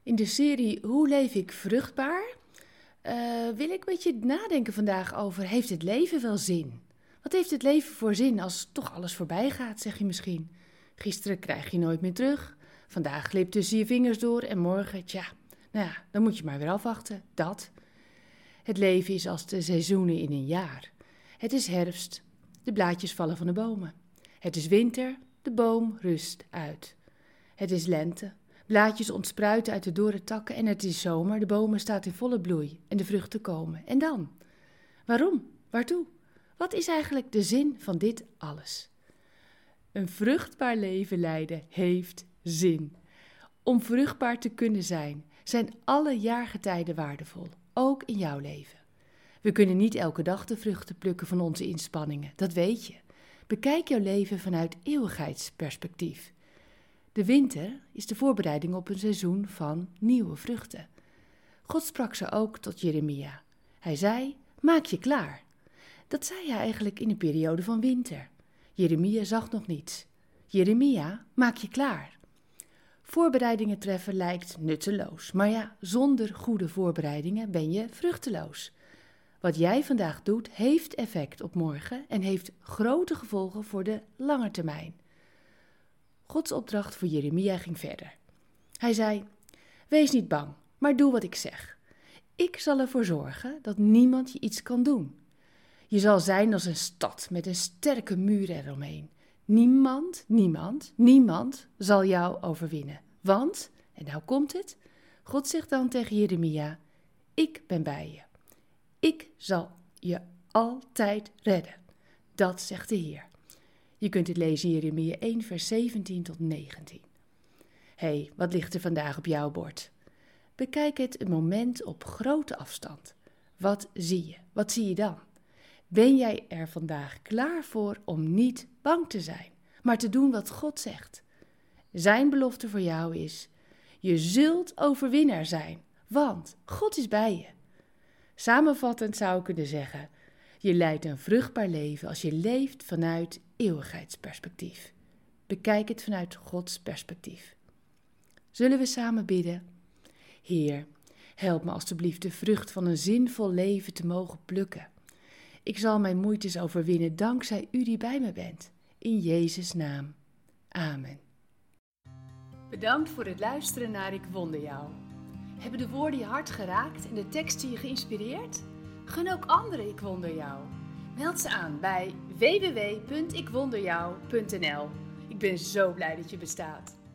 In de serie Hoe leef ik vruchtbaar? Wil ik met je nadenken vandaag over, heeft het leven wel zin? Wat heeft het leven voor zin als toch alles voorbij gaat, zeg je misschien. Gisteren krijg je nooit meer terug. Vandaag glipt tussen je vingers door en morgen, dan moet je maar weer afwachten, dat. Het leven is als de seizoenen in een jaar. Het is herfst, de blaadjes vallen van de bomen. Het is winter, de boom rust uit. Het is lente, blaadjes ontspruiten uit de dorre takken en het is zomer, de bomen staan in volle bloei en de vruchten komen. En dan? Waarom? Waartoe? Wat is eigenlijk de zin van dit alles? Een vruchtbaar leven leiden heeft zin. Om vruchtbaar te kunnen zijn alle jaargetijden waardevol, ook in jouw leven. We kunnen niet elke dag de vruchten plukken van onze inspanningen, dat weet je. Bekijk jouw leven vanuit eeuwigheidsperspectief. De winter is de voorbereiding op een seizoen van nieuwe vruchten. God sprak ze ook tot Jeremia. Hij zei, maak je klaar. Dat zei hij eigenlijk in een periode van winter. Jeremia zag nog niets. Jeremia, maak je klaar. Voorbereidingen treffen lijkt nutteloos, maar zonder goede voorbereidingen ben je vruchteloos. Wat jij vandaag doet, heeft effect op morgen en heeft grote gevolgen voor de lange termijn. Gods opdracht voor Jeremia ging verder. Hij zei, wees niet bang, maar doe wat ik zeg. Ik zal ervoor zorgen dat niemand je iets kan doen. Je zal zijn als een stad met een sterke muur eromheen. Niemand zal jou overwinnen. Want, en nou komt het, God zegt dan tegen Jeremia, ik ben bij je. Ik zal je altijd redden. Dat zegt de Heer. Je kunt het lezen in Jeremia 1 vers 17 tot 19. Hé, wat ligt er vandaag op jouw bord? Bekijk het een moment op grote afstand. Wat zie je? Wat zie je dan? Ben jij er vandaag klaar voor om niet bang te zijn, maar te doen wat God zegt? Zijn belofte voor jou is, je zult overwinnaar zijn, want God is bij je. Samenvattend zou ik kunnen zeggen, je leidt een vruchtbaar leven als je leeft vanuit eeuwigheidsperspectief. Bekijk het vanuit Gods perspectief. Zullen we samen bidden? Heer, help me alstublieft de vrucht van een zinvol leven te mogen plukken. Ik zal mijn moeites overwinnen dankzij u die bij me bent. In Jezus' naam. Amen. Bedankt voor het luisteren naar Ik Wonder Jou. Hebben de woorden je hart geraakt en de teksten je geïnspireerd? Gun ook anderen Ik Wonder Jou. Meld ze aan bij www.ikwonderjou.nl. Ik ben zo blij dat je bestaat.